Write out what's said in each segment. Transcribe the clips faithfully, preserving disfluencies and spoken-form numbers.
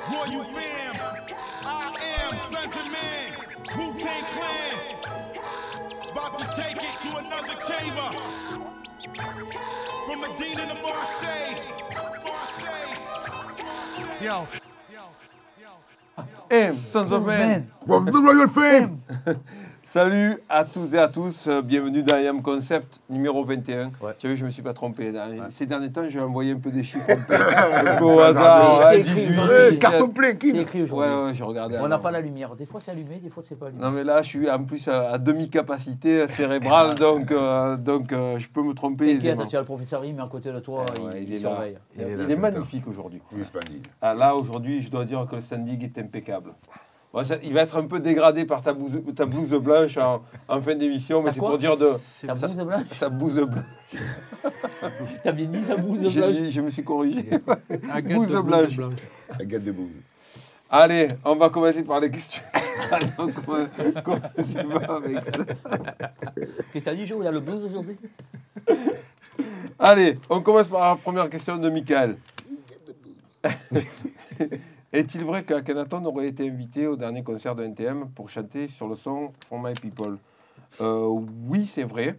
Royal fam, I am Sons of Man, Wu-Tang Clan. About to take it to another chamber. From Medina to Marseille. Marseille. Yo. Hey, Sons of Man. Welcome to Royal Fame. Salut à tous et à tous, euh, bienvenue dans I Am Concept numéro vingt et un. Ouais. Tu as vu, je ne me suis pas trompé. Dans- ouais. Ces derniers temps, j'ai envoyé un peu des chiffres un peu, un peu au hasard. Mais Ouais, c'est écrit dix-huit, aujourd'hui. Hey, dix-sept. carton plein, C'est qui écrit Ouais, aujourd'hui. ouais, j'ai regardé. On n'a avant. pas la lumière. Des fois c'est allumé, des fois c'est pas allumé. Non, mais là, je suis en plus à, à demi-capacité cérébrale, donc, euh, donc euh, je peux me tromper. T'inquiète, aisément. tu as le professeur Rim à côté de toi, Ouais, ouais, il, il il est là. surveille. Il, Il est il là est tout le magnifique aujourd'hui. Il est splendide. Ah, là, aujourd'hui, je dois dire que le standing est impeccable. Bon, ça- il va être un peu dégradé par ta blouse, ta blouse blanche en, en fin d'émission, mais T'as c'est quoi pour dire de... Ta sa- blouse blanche Sa blouse blanche. T'as bien dit ta blouse J'ai blanche. dit- Je me suis corrigé. Agathe Blouse de blanche. La gâte de bouse. Allez, on va commencer par les questions. Allez, on commence, on commence pas avec ça. Qu'est-ce que t'as dit, Joe? Il a le blouse aujourd'hui? Allez, on commence par la première question de Michael. Est-il vrai qu'Akhenaton aurait été invité au dernier concert de N T M pour chanter sur le son For My People? Euh, Oui, c'est vrai.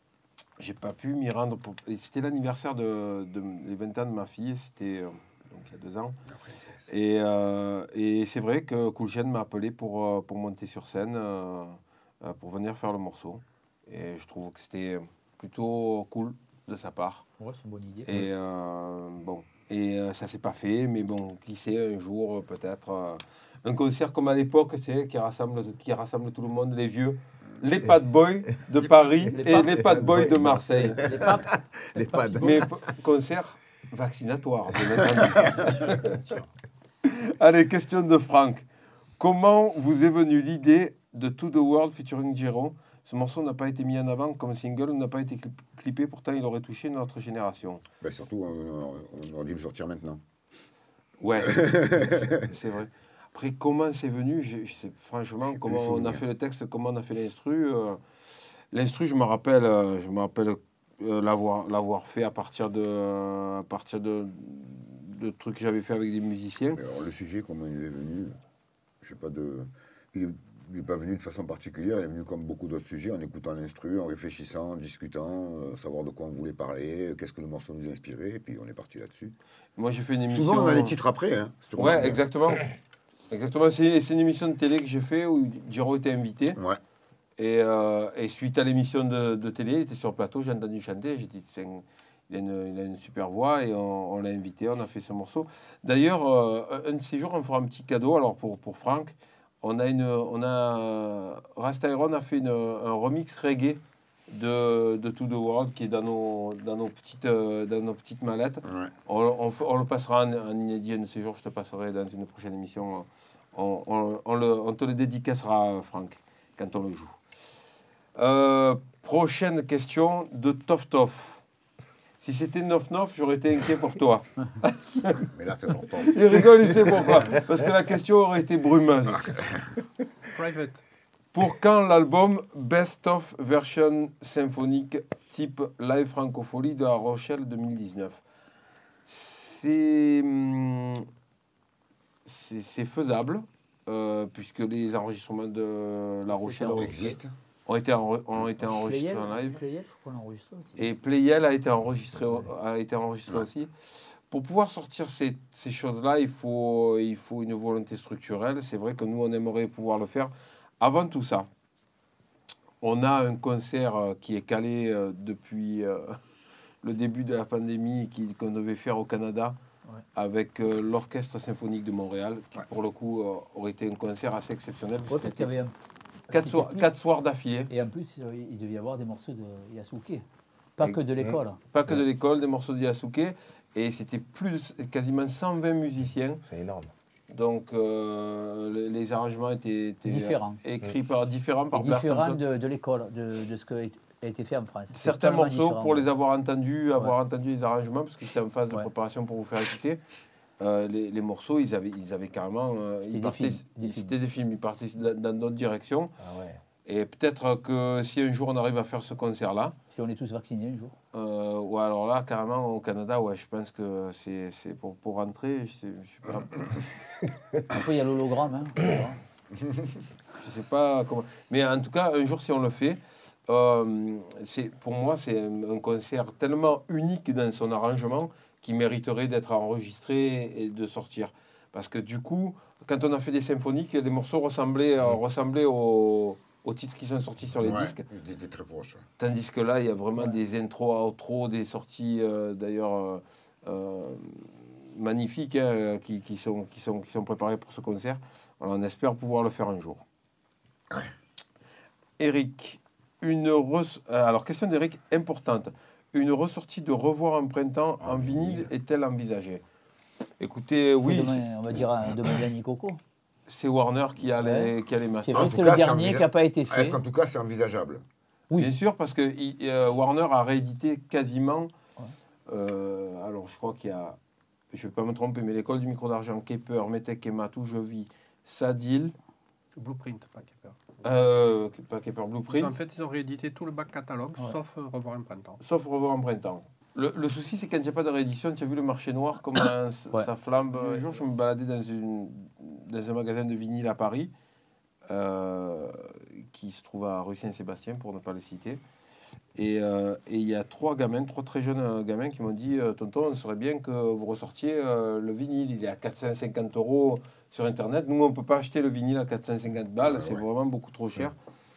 J'ai pas pu m'y rendre. Pour... et C'était l'anniversaire de, de les vingt ans de ma fille. C'était euh, donc il y a deux ans. Et, euh, et c'est vrai que Cool Chain m'a appelé pour, euh, pour monter sur scène, euh, euh, pour venir faire le morceau. Et je trouve que c'était plutôt cool de sa part. Ouais, c'est une bonne idée. Et euh, bon, et euh, ça s'est pas fait, mais bon, qui sait, un jour, euh, peut-être, euh, un concert comme à l'époque, tu sais, qui rassemble, qui rassemble tout le monde, les vieux, les Bad Boys de Paris les et papes. les Bad Boys de Marseille. Les papes, Les pads. Mais p- concert vaccinatoire, bien entendu. Allez, question de Franck. Comment vous est venue l'idée de To The World featuring Jero? Ce morceau n'a pas été mis en avant comme single, n'a pas été clip- clippé, pourtant il aurait touché notre génération. Ben, surtout, on, on aurait dû le sortir maintenant. Ouais, c'est vrai. Après, comment c'est venu, je, je sais, franchement, J'ai comment plus on a souvenir. fait le texte, comment on a fait l'instru. euh, l'instru, je me rappelle, euh, je me rappelle euh, l'avoir, l'avoir fait à partir de, à partir de, de trucs que j'avais fait avec des musiciens. Mais alors, le sujet, comment il est venu, je sais pas de. Il n'est pas venu de façon particulière, il est venu comme beaucoup d'autres sujets, en écoutant l'instru, en réfléchissant, en discutant, euh, savoir de quoi on voulait parler, euh, qu'est-ce que le morceau nous a inspiré, et puis on est parti là-dessus. Moi, j'ai fait une émission. Souvent, on a les titres après, hein. si tu remarques Ouais, bien. exactement. Exactement. C'est, c'est une émission de télé que j'ai fait où Jiro était invité. Ouais. Et, euh, et suite à l'émission de, de télé, il était sur le plateau, j'ai entendu chanter, j'ai dit, c'est un- il, a une, il a une super voix, et on, on l'a invité, on a fait ce morceau. D'ailleurs, euh, un de ces jours, on fera un petit cadeau, alors pour, pour Franck, on a une, on a, Rastyron a fait une, un remix reggae de, de To The World qui est dans nos, dans nos, petites, euh, dans nos petites mallettes. Ouais. On, on, f- on le passera en, en inédit un de ces jours, je te passerai dans une prochaine émission. On, on, on le, on te le dédicacera, Franck, quand on le joue. Euh, prochaine question de Tof Tof. Si c'était neuf neuf, j'aurais été inquiet pour toi. Mais là, c'est ton temps. Il rigole, il sait pourquoi. Parce que la question aurait été brumeuse. Private. Pour quand l'album Best of Version symphonique type Live Francophonie de La Rochelle deux mille dix-neuf? C'est, hum, c'est, c'est faisable, euh, puisque les enregistrements de La Rochelle ont, existe. ont été, enre- ont été enregistrés Playel, en live. Playel, je crois qu'on l'enregistre aussi. Et Playel a été enregistré, au- a été enregistré Ouais. aussi. Pour pouvoir sortir ces, ces choses-là, il faut, il faut une volonté structurelle. C'est vrai que nous, on aimerait pouvoir le faire. Avant tout ça, on a un concert euh, qui est calé euh, depuis euh, le début de la pandémie qui- qu'on devait faire au Canada Ouais. avec euh, l'Orchestre symphonique de Montréal, qui Ouais. pour le coup euh, aurait été un concert assez exceptionnel. Ouais, parce qu'il y avait un... Quatre, c'était soirs, plus- quatre soirs d'affilée. Et en plus, euh, il devait y avoir des morceaux de Yasuke. Pas que de l'école. Pas que de l'école, des morceaux de Yasuke. Et c'était plus de- quasiment cent vingt musiciens. C'est énorme. Donc euh, les, les arrangements étaient, étaient Différents. écrits par différents par Et différent Bertelsmann. de, de l'école, de, de ce qui a été fait en France. C'est Certains totalement morceaux, différent. pour les avoir entendus, avoir entendu les arrangements, parce que j'étais en phase de Ouais. préparation pour vous faire écouter, euh, les, les morceaux, ils avaient, ils avaient carrément... euh, C'était ils des partaient- films, des C'était des films, ils partaient dans dans d'autres directions. Ah ouais. Et peut-être que si un jour on arrive à faire ce concert-là, Si on est tous vaccinés un jour. euh, ou alors là, carrément au Canada, ouais, je pense que c'est c'est pour, pour rentrer, je sais, je sais pas, Après, il y a l'hologramme. Hein. je sais pas comment. Mais en tout cas, un jour, si on le fait, euh, c'est pour moi, c'est un, un concert tellement unique dans son arrangement qui mériterait d'être enregistré et de sortir. Parce que du coup, quand on a fait des symphoniques, les morceaux ressemblaient, euh, ressemblaient aux, aux titres qui sont sortis sur les Ouais, disques. j'étais très proche. Tandis que là, il y a vraiment Ouais. des intros, outros, des sorties euh, d'ailleurs euh, euh, magnifiques hein, qui, qui, sont, qui, sont, qui sont préparées pour ce concert. Alors, on espère pouvoir le faire un jour. Ouais. Eric, une res- euh, alors question d'Eric importante. Une ressortie de Revoir un printemps en, En vinyle vinyle. est-elle envisagée? Écoutez, oui, Faut c'est- demain, on va dire à- demander à Nico Coco. c'est Warner qui a les, qui a les C'est masters. En vrai que tout c'est cas, le c'est dernier envisa- qui n'a pas été Est-ce fait. qu'en tout cas, c'est envisageable? Oui. Bien sûr, parce que il- euh, Warner a réédité quasiment. Ouais. euh, alors, je crois qu'il y a, je ne vais pas me tromper, mais l'école du micro d'argent, Kepper, Metek, Ematou, Je vis, Sadil, Blueprint, pas Keeper. euh, pas Kepper En Blueprint, fait, ils ont réédité tout le back catalogue, Ouais. sauf euh, Revoir un printemps. sauf Revoir en printemps. Le, le souci, c'est quand il n'y a pas de réédition, tu as vu le marché noir, comment s- Ouais. ça flambe. Un jour, je me baladais dans, une, dans un magasin de vinyle à Paris, euh, qui se trouve à rue Saint-Sébastien, pour ne pas le citer. Et euh, et il y a trois gamins, trois très jeunes euh, gamins qui m'ont dit euh, Tonton, on serait bien que vous ressortiez euh, le vinyle. Il est à quatre cent cinquante euros sur Internet. Nous, on ne peut pas acheter le vinyle à quatre cent cinquante balles, Ouais, c'est ouais. vraiment beaucoup trop cher.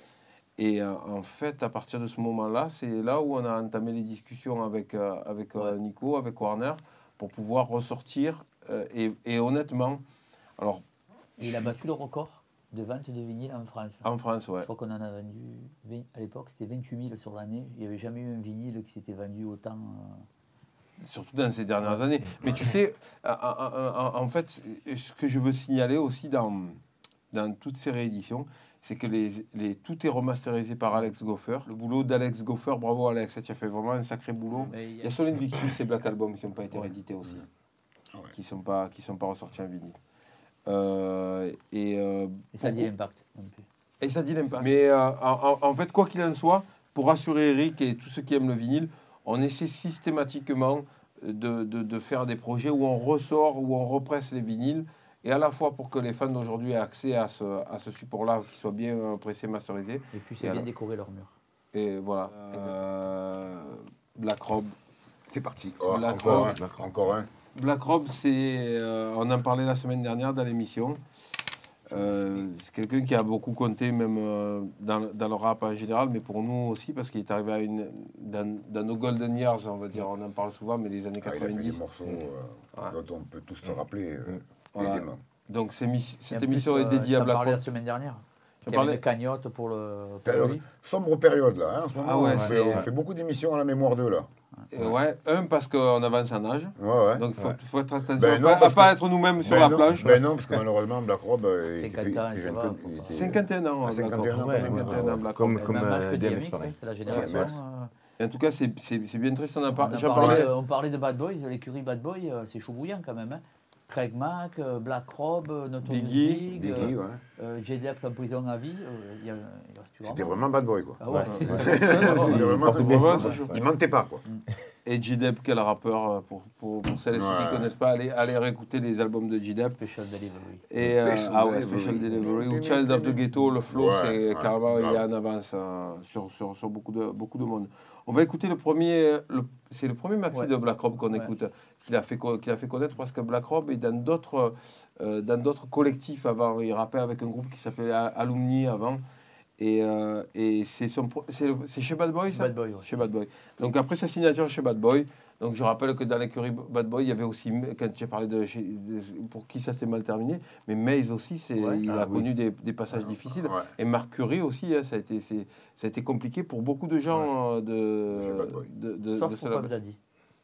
Et euh, en fait, à partir de ce moment-là, c'est là où on a entamé les discussions avec, euh, avec euh, Ouais. Nico, avec Warner, pour pouvoir ressortir. euh, et, et honnêtement, alors, Il a battu le record de vente de vinyle en France. en France, ouais. Je crois qu'on en a vendu, vingt à l'époque, c'était vingt-huit mille sur l'année. Il n'y avait jamais eu un vinyle qui s'était vendu autant. euh, Surtout dans ces dernières années. Mais tu sais, en, en- en- en fait, ce que je veux signaler aussi dans, dans toutes ces rééditions, c'est que les, les, tout est remasterisé par Alex Goffer. Le boulot d'Alex Goffer, bravo Alex, tu as fait vraiment un sacré boulot. mais il y Il a- y a Solid Victus et Black Album qui n'ont pas été Ouais. réédités aussi, Ah ouais. qui ne sont, pas- qui sont pas ressortis en vinyle. Euh, et, euh, Et ça dit beaucoup- l'impact non plus. et ça dit l'impact. Mais euh, en, en- en fait, quoi qu'il en soit, pour rassurer Eric et tous ceux qui aiment le vinyle, on essaie systématiquement de, de, de faire des projets où on ressort, où on represse les vinyles, et à la fois pour que les fans d'aujourd'hui aient accès à ce, à ce support-là, qui soit bien euh, pressé, masterisé. Et puis Et c'est bien alors décorer leur mur. Et voilà. Euh, Black Robe. C'est parti. Oh, Black encore, Robe. un, encore un. Black Robe, c'est, euh, on en parlait la semaine dernière dans l'émission. Euh, c'est quelqu'un qui a beaucoup compté, même euh, dans, le- dans le rap en général, mais pour nous aussi, parce qu'il est arrivé à une, dans, dans nos golden years, on va dire, on en parle souvent, mais les années Ah, il a fait quatre-vingt-dix. des morceaux euh, Ouais. dont on peut tous se rappeler euh, Voilà. aisément. Donc c'est mis- Et cette en émission plus, est euh, dédiée à t'en Black parlais Robe. la semaine dernière. J'en Il y avait parlais- une cagnotte pour, le, pour Période- lui. Sombre période là, hein, en ce moment. Ah ouais, on, fait, c'est- on fait beaucoup d'émissions à la mémoire d'eux là. Et ouais, un, parce qu'on avance en âge, Ouais, ouais. donc il faut, faut être attention Ben à non, pas- à parce pas que- être nous-mêmes sur Ben la non, plage. Ben non, parce que malheureusement, Black Rob euh, était cinquante ans, plus ça jeune va, que- faut il pas- était- cinquante et un ans, Ah, Black cinquante et un Robe. ans, ouais, cinquante et un ouais, ans, Black comme- Robe. comme, Même âge euh, que D M X, D M X, pareil. hein, c'est la génération. Max. euh, Et en tout cas, c'est c'est- c'est bien triste, on en on, parle. a J'en parlé, parlais. euh, on parlait de Bad Boys, l'écurie Bad Boy, euh, c'est chaud bouillant quand même. Hein. Craig Mack, euh, Black Rob, euh, Notorious Biggie, Big, Biggie, euh, ouais. euh, J-Dep en prison à vie. euh, il y a- il reste C'était vraiment bad boy quoi. Ah ouais, Ouais, c'est- ouais. C'était vraiment- porte bien vraiment- ça, il mentait pas quoi. Et J-Dep, quel rappeur, euh, pour, pour, pour celles et ceux qui Ouais. ne connaissent pas, allez, allez réécouter les albums de J-Dep. Special Delivery. Et, euh, Special ah ouais, Delivery. Special Delivery ou Child of the Ghetto, le flow, Ouais, c'est ouais, carrément, il est grave. en avance euh, sur, sur, sur beaucoup, de, beaucoup de monde. On va écouter le premier, le- c'est le premier maxi Ouais. de Black Rob qu'on Ouais. écoute, qu'il a, fait co- qu'il a fait connaître parce que Black Rob est dans d'autres, euh, dans d'autres collectifs avant. Il rappait avec un groupe qui s'appelait A- Alumni avant. Et, euh, et c'est, son, pro- c'est, le- c'est chez Bad Boy, ça Bad Boy, ouais. Chez Bad Boy. Donc après sa signature chez Bad Boy, donc je rappelle que dans l'écurie Bad Boy, il y avait aussi, quand tu as parlé de, chez- de- pour qui ça s'est mal terminé, mais Maze aussi, c'est, Ouais. il Ah a oui. connu des, des passages difficiles. Ouais. Et Marc Curie aussi, hein, ça, a été, c'est- ça a été compliqué pour beaucoup de gens euh, de, Chez Bad Boy. de, de, Sauf de pour cela. Puff Daddy.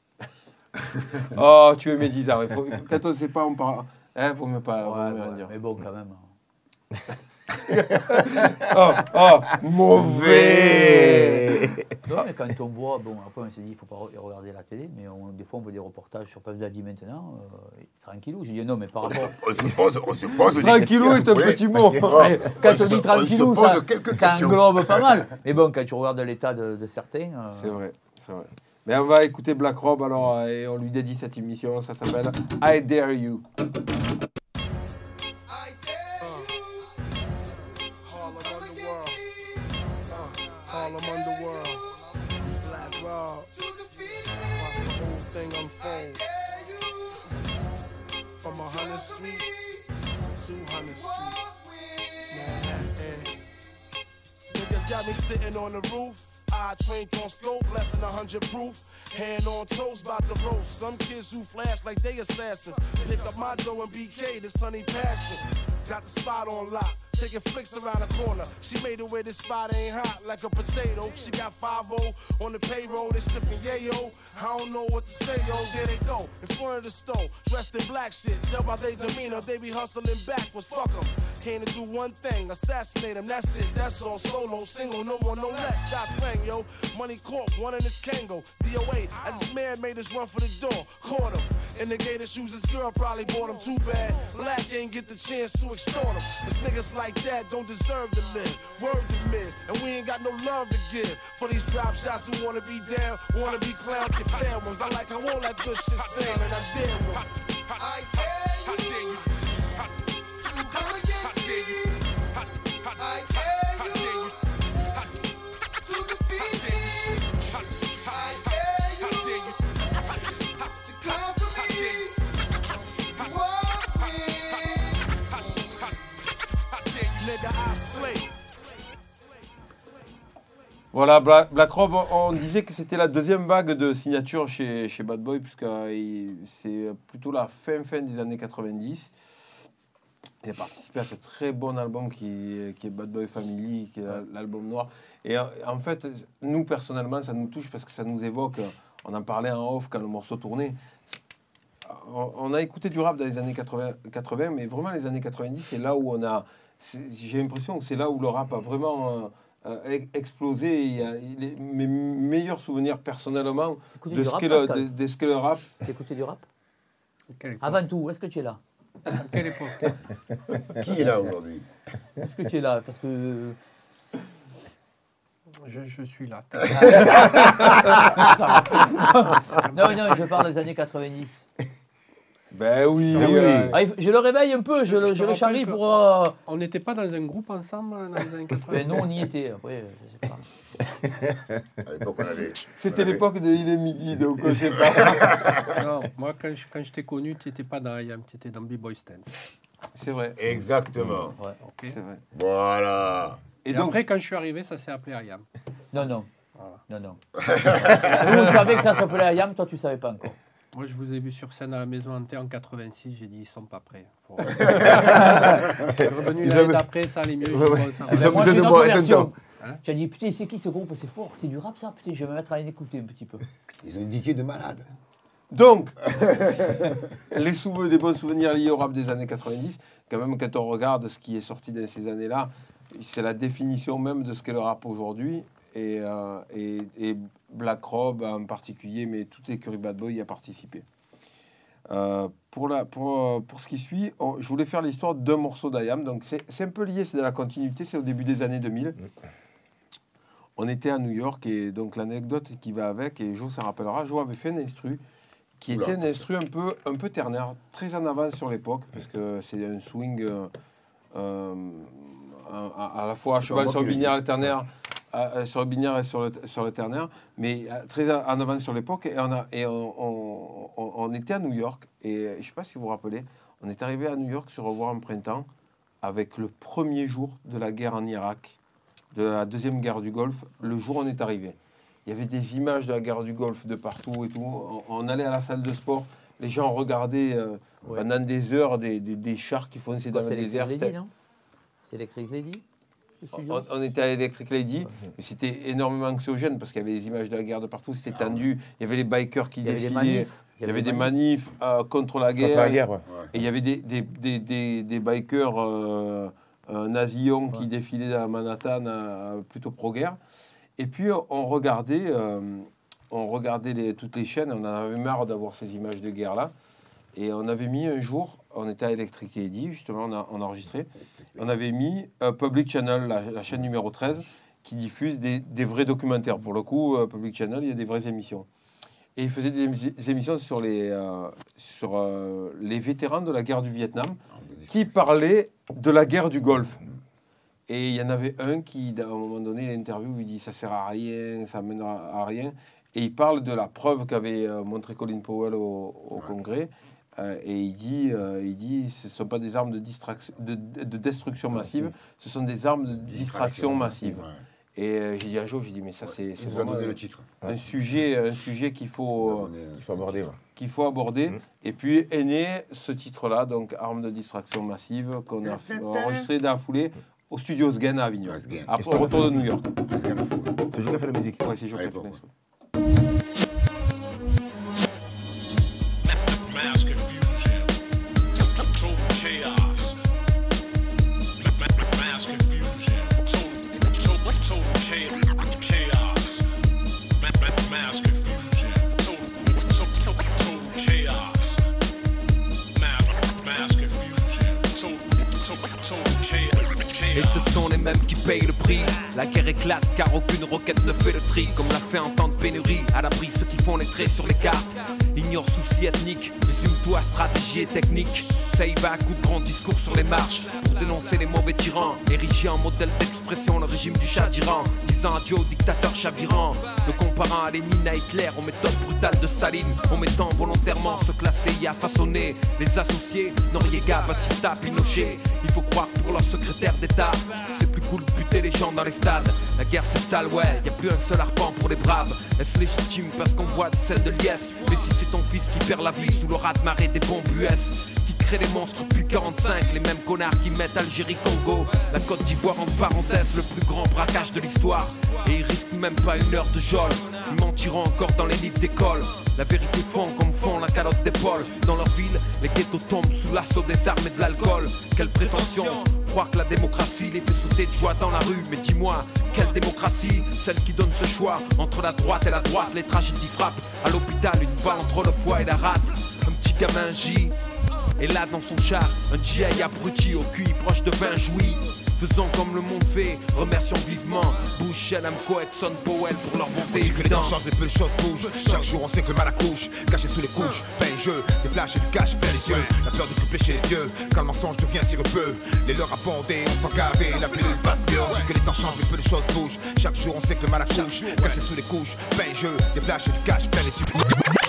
Oh, tu es médisant. Il faut, il faut- quand on ne sait pas, on parle. Hein, faut même pas, faut Ouais, même rien ouais, dire. mais bon, quand même. Oh, oh, mauvais. Non, mais quand on voit, bon, après on s'est dit, il ne faut pas re- regarder la télé, mais on, des fois on voit des reportages sur Puff Daddy maintenant, euh, tranquillou. J'ai dit non, mais par rapport. On se pose, on se pose des Tranquillou est questions. un Oui. petit mot. Ouais, quand on on, se- dit tranquillou, on se pose ça, quelques ça questions. englobe pas mal. Mais bon, quand tu regardes l'état de, de certains. euh, C'est vrai, c'est vrai. Mais on va écouter Black Rob alors euh, et on lui dédie cette émission. Ça s'appelle I Dare You. Harlem Underworld. Uh, Harlem Underworld. Black Rob. Watch the whole thing unfold. From one hundredth Street to two hundredth Street. Manhattan. Niggas got me sitting on the roof. I trained on scope, less than a hundred proof. Hand on toes, bout to roast. Some kids who flash like they assassins. Pick up my dough and B K, this honey passion. Got the spot on lock, taking flicks around the corner. She made it where this spot ain't hot like a potato. She got five oh on the payroll, they sniffing yayo. I don't know what to say, yo, there they go. In front of the store, dressed in black shit. Tell by their demeanor, they be hustling backwards, fuck them. Came to do one thing, assassinate him, that's it, that's all. Solo, single, no more, no less. Shots rang, yo. Money corp, one in his Kango. D O A, as this man made us run for the door. Caught him. In the gator shoes, his girl probably bought him too bad. Black ain't get the chance to extort him. Cause niggas like that don't deserve to live. Word to live. And we ain't got no love to give. For these drop shots who wanna be down, wanna be clowns, get fair ones. I like how all that good shit sound, and I dare one. I dare you to come against me. I dare you to defeat me. I dare you to conquer me. Walk me. Nigga, I slay. Voilà, Bla- Black Rob, on on disait que c'était la deuxième vague de signature chez, chez Bad Boy, puisque euh, il- c'est plutôt la fin, fin des années quatre-vingt-dix. Il a participé à ce très bon album qui, qui est Bad Boy Family, qui est l'album noir. Et euh, en fait, nous, personnellement, ça nous touche parce que ça nous évoque, on en parlait en off quand le morceau tournait. On, on a écouté du rap dans les années quatre-vingts, quatre-vingts, mais vraiment les années quatre-vingt-dix, c'est là où on a... c'est- J'ai l'impression que c'est là où le rap a vraiment... euh, euh, ex- explosé. Il y a, il est- mes meilleurs souvenirs personnellement T'écoutais de du ce rap, qu'est le, de, Pascal de ce qu'est le rap. T'écoutais du rap Quelle époque, Avant tout, est-ce que tu es là quelle époque Qui est là aujourd'hui? Est-ce que tu es là Parce que. je, je suis là. Non, non, je parle des années quatre-vingt-dix. Ben oui. Ah oui. euh, Ah, il faut- je le réveille un peu, je, le- Je je te le charrie rappelle pour. euh, On n'était pas dans un groupe ensemble dans les années quatre-vingts. Ben, nous, on y était. Après, je sais pas. À l'époque, on avait. C'était on avait- l'époque de Il est midi, donc je sais pas. Non, moi, quand je, quand je t'ai connu, tu n'étais pas dans I A M, tu étais dans B-Boy Stance. C'est vrai. Exactement. Ouais. Ok. C'est vrai. Voilà. Et, Et donc, après, quand je suis arrivé, ça s'est appelé I A M. Non, non. Voilà. Non, non. Nous, on savait que ça s'appelait Ayam, toi, tu savais pas encore. Moi, je vous ai vu sur scène à la Maison Hantée en quatre-vingt-six. J'ai dit, ils sont pas prêts. Faut... je suis revenu Ils l'année avaient- d'après, ça allait mieux. j'ai Ouais, dit, ouais. bon, ça va. Ils avaient Moi, besoin j'ai de une moi autre et d'un version. temps. Hein Tu as dit, putain, c'est qui ce groupe? C'est fort, c'est du rap ça? Putain, je vais me mettre à l'écouter un petit peu. Ils ont indiqué de malade. Donc, les, souvenirs, les bons souvenirs liés au rap des années quatre-vingt-dix, quand même, quand on regarde ce qui est sorti dans ces années-là, c'est la définition même de ce qu'est le rap aujourd'hui. Et, euh, et, et Black Rob en particulier, mais toute l'écurie Bad Boy y a participé. Euh, pour, la, pour, euh, pour ce qui suit, on- je voulais faire l'histoire d'un morceau d'I A M. Donc, c'est c'est un peu lié, c'est dans la continuité, c'est au début des années deux mille. On était à New York et donc l'anecdote qui va avec, et Joe s'en rappellera, Joe avait fait un instru qui Oula. était un instru un peu, un peu ternaire, très en avance sur l'époque, parce que c'est un swing euh, euh, à, à la fois à C'est cheval pas sur moi le qui l'ai binaire et dit. le ternaire, à- à- sur le binaire et sur le, sur le ternaire, mais euh, très en avance sur l'époque. Et, on, a, et on, on- on- on était à New York, et je ne sais pas si vous vous rappelez, on est arrivé à New York sur Revoir un printemps avec le premier jour de la guerre en Irak, de la deuxième guerre du Golfe, le jour où on est arrivé. Il y avait des images de la guerre du Golfe de partout et tout. On, on allait à la salle de sport, les gens regardaient euh, Ouais. pendant des heures des, des, des chars qui fonçaient dans Quoi, le c'est désert. Electric C'était- Lady, non C'est Electric Lady le studio on, on était à Electric Lady, mais c'était énormément anxiogène parce qu'il y avait des images de la guerre de partout, c'était tendu. Il y avait les bikers qui Il y avait des défilaient. manifs. Il y avait des manifs euh, contre la guerre. Contre la guerre, ouais. Et il y avait des, des, des, des, des bikers euh, euh, nazillons qui Ouais. défilaient à Manhattan, euh, plutôt pro-guerre. Et puis on regardait, euh, on regardait les, toutes les chaînes, on en avait marre d'avoir ces images de guerre-là. Et on avait mis un jour, on était à Electric Lady, justement, on a, on a enregistré, on avait mis euh, Public Channel, la, la chaîne numéro treize, qui diffuse des, des vrais documentaires. Pour le coup, euh, Public Channel, il y a des vraies émissions. Et ils faisaient des, des émissions sur, les, euh, sur euh, les vétérans de la guerre du Vietnam, qui parlaient de la guerre du Golfe. Et il y en avait un qui, à un moment donné, l'interview, il dit « ça sert à rien, ça mènera à rien ». Et il parle de la preuve qu'avait euh, montré Colin Powell au, au ouais. Congrès. Euh, et il dit, euh, il dit, ce ne sont pas des armes de, distraction, de, de, de destruction massive, ce sont des armes de distraction, distraction massive. Ouais. Et euh, j'ai dit à Jo, j'ai dit, mais ça c'est vraiment donné le titre. Un sujet, un sujet qu'il faut, qu'il faut aborder. Ouais. Qu'il faut aborder. Mmh. Et puis est né ce titre-là, donc armes de distraction massive, qu'on a enregistré dans la foulée au studio Sgen à Avignon, après au retour de New York. C'est Jo qui a fait la musique. Oui, c'est Jo qui a fait la musique. Et ce sont les mêmes qui payent le prix. La guerre éclate car aucune roquette ne fait le tri. Comme l'a fait en temps de pénurie. À l'abri ceux qui font les traits sur les cartes. Ignore soucis ethniques, résume-toi stratégie et technique. Ça y va à coups de grands discours sur les marches pour dénoncer les mauvais tyrans. Érigé en modèle d'expression le régime du Shah d'Iran. Disant adieu au dictateur chavirant. Le comparant à Lénine à Hitler aux méthodes brutales de Staline. Omettant volontairement se classer et à façonner les associés Noriega, Batista, Pinochet. Il faut croire pour leur secrétaire d'État c'est plus cool de buter les gens dans les stades. La guerre c'est sale, ouais, y a plus un seul arpent pour les braves. Est-ce légitime parce qu'on voit des scènes de liesse? Mais si c'est ton fils qui perd la vie sous le raz-de-marée des bombes U S, qui crée les monstres depuis quarante-cinq, les mêmes connards qui mettent Algérie-Congo, la Côte d'Ivoire en parenthèse, le plus grand braquage de l'histoire. Et ils risquent même pas une heure de geôle, ils mentiront encore dans les livres d'école. La vérité fond comme fond la calotte d'épaule. Dans leur ville, les ghettos tombent sous l'assaut des armes et de l'alcool. Quelle prétention, croire que la démocratie les fait sauter de joie dans la rue. Mais dis-moi, quelle démocratie, celle qui donne ce choix entre la droite et la droite. Les tragédies frappent, à l'hôpital une balle entre le foie et la rate. Un petit gamin gît, et là dans son char, un G I abruti au Q I proche de vingt jouis. Faisons comme le monde fait, remercions vivement Bush, L M Co, Exxon, Powell pour leur bonté évidente. Que les temps changent, les peu de choses bougent. Chaque jour on sait que le mal accouche, caché sous les couches, peine jeu, des flashs et du cash, plein les yeux. La peur de tout péché les vieux, quand le mensonge devient sirupeux. Les leurs abondés, on s'en gavé, la pilule passe mieux. On dit que les temps changent, les peu de choses bougent. Chaque jour on sait que le mal accouche, caché sous les couches, peine jeu, des flashs et du cash, plein les yeux.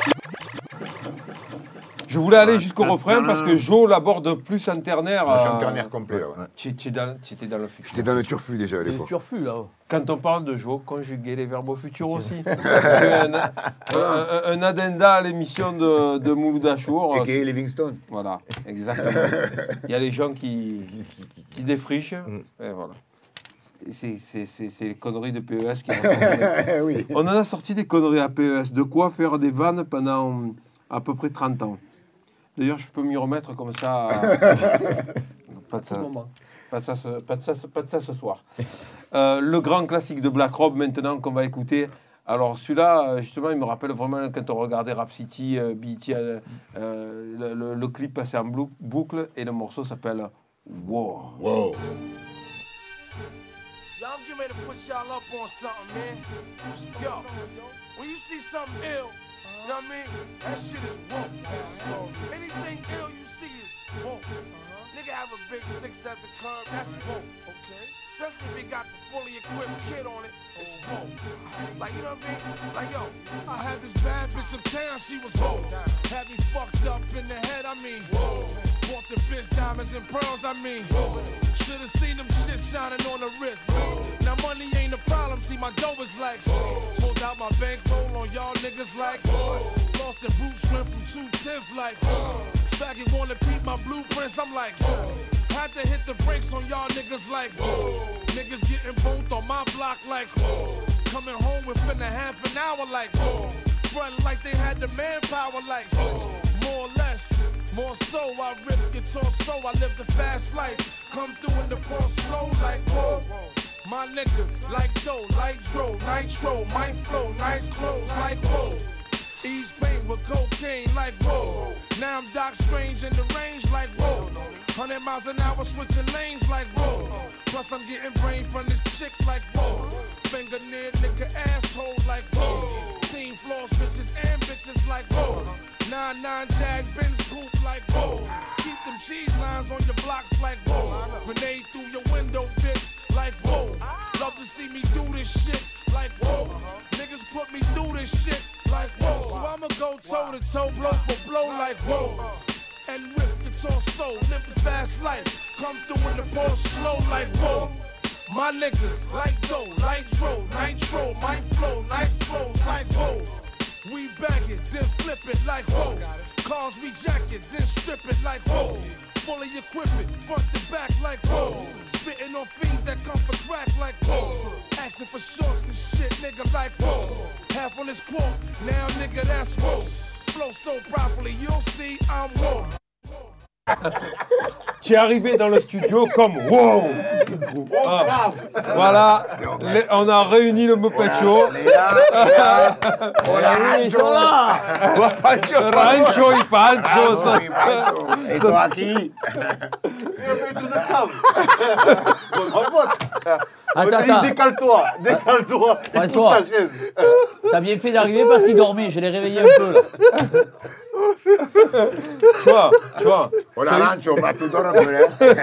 Je voulais aller jusqu'au refrain parce que Jo l'aborde plus en ternaire. Moi, j'ai un ternaire complet, là, ouais. Tu étais dans, dans le futur. J'étais dans le turfu déjà à C'est le l'époque. turfu, là. Quand on parle de Jo, conjuguer les verbes au futur aussi. un, un, un, un addenda à l'émission de, de Mouloud Achour. A K A Livingstone. Voilà, exactement. Il y a les gens qui, qui défrichent. Et voilà. C'est les conneries de P E S qui ont Oui. On en a sorti des conneries à P E S. De quoi faire des vannes pendant à peu près trente ans. D'ailleurs, je peux m'y remettre comme ça. Pas de ça. Pas de ça, ce, pas de ça, pas de ça ce soir. Euh, le grand classique de Black Rob, maintenant, qu'on va écouter. Alors, celui-là, justement, il me rappelle vraiment quand on regardait Rap City, euh, B E T, euh, euh, le, le, le clip passait en boucle et le morceau s'appelle Wow. Wow. Yo, I'm getting ready to put y'all up on something, man. Yo, when you see something ill, you know what I mean? That shit is woke. Anything ill you see is woke. Uh-huh. Nigga have a big six at the curb, that's woke. Okay. Especially if he got the fully equipped kid on it, it's woke. Like, you know what I mean? Like, yo, I had this bad bitch uptown, she was woke. Had me fucked up in the head, I mean. Whoa. Bought the bitch diamonds and pearls, I mean. Whoa. Should've seen them shit shining on the wrist. Whoa. Now money ain't a problem, see my dough is like. Whoa. Pulled out my bankroll on y'all niggas like. Whoa. Lost the boot shrimp from two tenth like. Whoa. Faggot wanna peep my blueprints, I'm like. Whoa. Had to hit the brakes on y'all niggas like. Whoa. Niggas getting both on my block like. Whoa. Coming home within a half an hour like. Whoa. Front like they had the manpower like. Whoa. More or less. More so, I rip guitar so I live the fast life. Come through in the ball slow like whoa. My niggas like dough, like dro, nitro, my flow, nice clothes like whoa. Ease pain with cocaine like whoa. Now I'm Doc Strange in the range like whoa. Hundred miles an hour switching lanes like whoa. Plus I'm getting brain from this chick like whoa. Finger near nigga asshole like whoa. Team floor switches and bitches like whoa. Nine nine Jag Benz coupe like whoa. Keep them cheese lines on your blocks like whoa. Grenade through your window, bitch, like whoa. Love to see me do this shit like whoa. Niggas put me through this shit like whoa. So I'ma go toe to toe, blow for blow like whoa. And rip your torso, live the fast life. Come through in the ball slow like whoa. My niggas like dough, like dro, nitro, my flow, nice clothes like whoa. We bag it, then flip it like whoa. Cars we jack it, then strip it like whoa. Fully equipped, front to back like whoa. Spitting on fiends that come for crack like whoa. Asking for shorts and shit, nigga like whoa. Half on this quote, now nigga that's whoa. Flow so properly, you'll see I'm whoa. Tu es arrivé dans le studio comme wow. Ah, voilà, les- on a réuni le Muppet Show. Rancho, Rancho y Pancho. ça- Et toi aquí? Attends, attends. Décale-toi, décale-toi. Et pousse François. ta chaise. T'as bien fait d'arriver parce qu'il dormait, je l'ai réveillé un peu là. Tu vois, tu vois, Hola Rancho, ma tu dormes, hein?